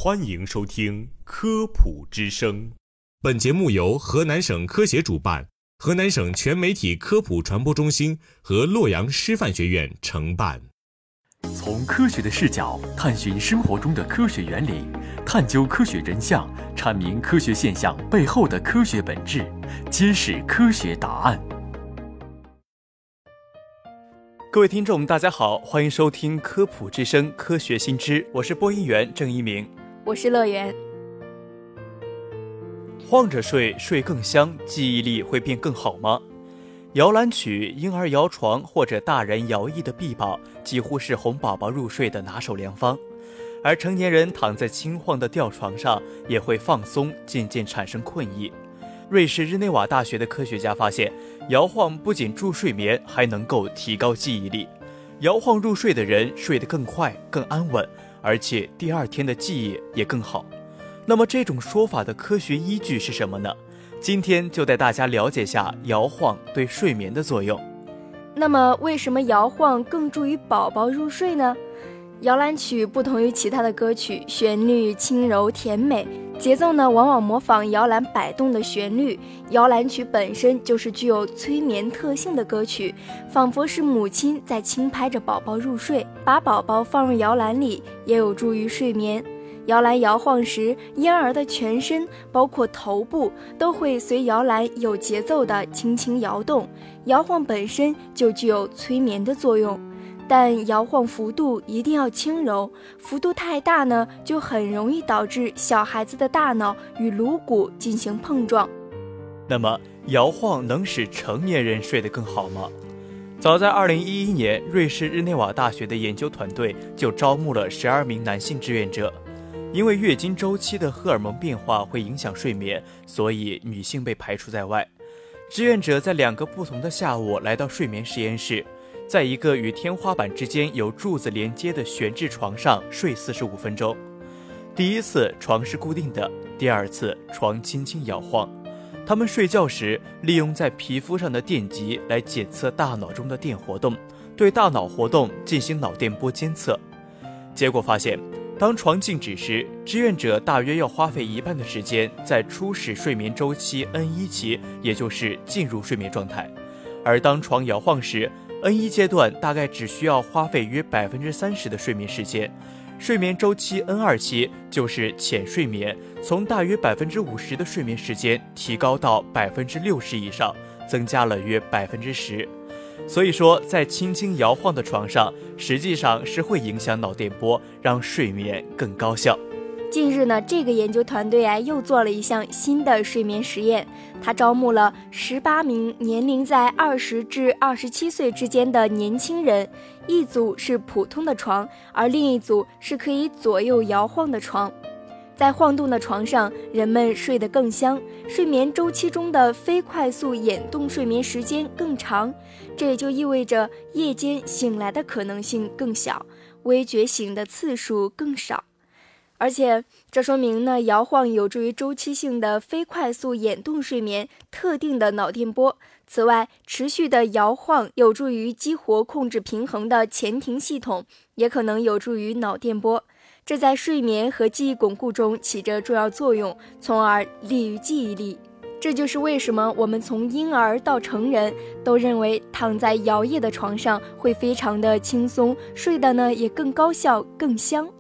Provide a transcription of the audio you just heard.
欢迎收听科普之声。本节目由河南省科协主办，河南省全媒体科普传播中心和洛阳师范学院承办。 从科学的视角探寻生活中的科学原理，探究科学真相，阐明科学现象背后的科学本质，揭示科学答案。 各位听众大家好，欢迎收听科普之声科学新知，我是播音员郑一鸣， 我是乐园。 晃着睡，睡更香，记忆力会变更好吗？摇篮曲、婴儿摇床或者大人摇曳的臂膀几乎是哄宝宝入睡的拿手良方，而成年人躺在轻晃的吊床上也会放松，渐渐产生困意。瑞士日内瓦大学的科学家发现，摇晃不仅助睡眠，还能够提高记忆力。摇晃入睡的人睡得更快、更安稳，而且第二天的记忆也更好。那么这种说法的科学依据是什么呢？今天就带大家了解下摇晃对睡眠的作用。 那么为什么摇晃更助于宝宝入睡呢？摇篮曲不同于其他的歌曲，旋律轻柔甜美，节奏呢往往模仿摇篮摆动的旋律。摇篮曲本身就是具有催眠特性的歌曲，仿佛是母亲在轻拍着宝宝入睡，把宝宝放入摇篮里，也有助于睡眠。摇篮摇晃时，婴儿的全身包括头部都会随摇篮有节奏地轻轻摇动，摇晃本身就具有催眠的作用。但摇晃幅度一定要轻柔，幅度太大呢，就很容易导致小孩子的大脑与颅骨进行碰撞。 那么摇晃能使成年人睡得更好吗？早在2011年，瑞士日内瓦大学的研究团队就招募了12名男性志愿者。因为月经周期的荷尔蒙变化会影响睡眠，所以女性被排除在外。志愿者在2个不同的下午来到睡眠实验室，在一个与天花板之间有柱子连接的悬置床上睡45分钟。第一次床是固定的，第二次床轻轻摇晃。他们睡觉时利用在皮肤上的电极来检测大脑中的电活动，对大脑活动进行脑电波监测。结果发现，当床静止时，志愿者大约要花费一半的时间在初始睡眠周期 N1 期，也就是进入睡眠状态；而当床摇晃时， N1 阶段大概只需要花费约 30% 的睡眠时间，睡眠周期 N2 期就是浅睡眠，从大约 50% 的睡眠时间提高到 60% 以上，增加了约 10%。所以说，在轻轻摇晃的床上，实际上是会影响脑电波，让睡眠更高效。 近日呢，这个研究团队又做了一项新的睡眠实验，他招募了18名年龄在20至27岁之间的年轻人，一组是普通的床，而另一组是可以左右摇晃的床。在晃动的床上，人们睡得更香，睡眠周期中的非快速眼动睡眠时间更长，这也就意味着夜间醒来的可能性更小，微觉醒的次数更少。而且这说明呢，摇晃有助于周期性的非快速眼动睡眠特定的脑电波。此外，持续的摇晃有助于激活控制平衡的前庭系统，也可能有助于脑电波。这在睡眠和记忆巩固中起着重要作用，从而利于记忆力。这就是为什么我们从婴儿到成人都认为躺在摇曳的床上会非常的轻松，睡得呢也更高效更香。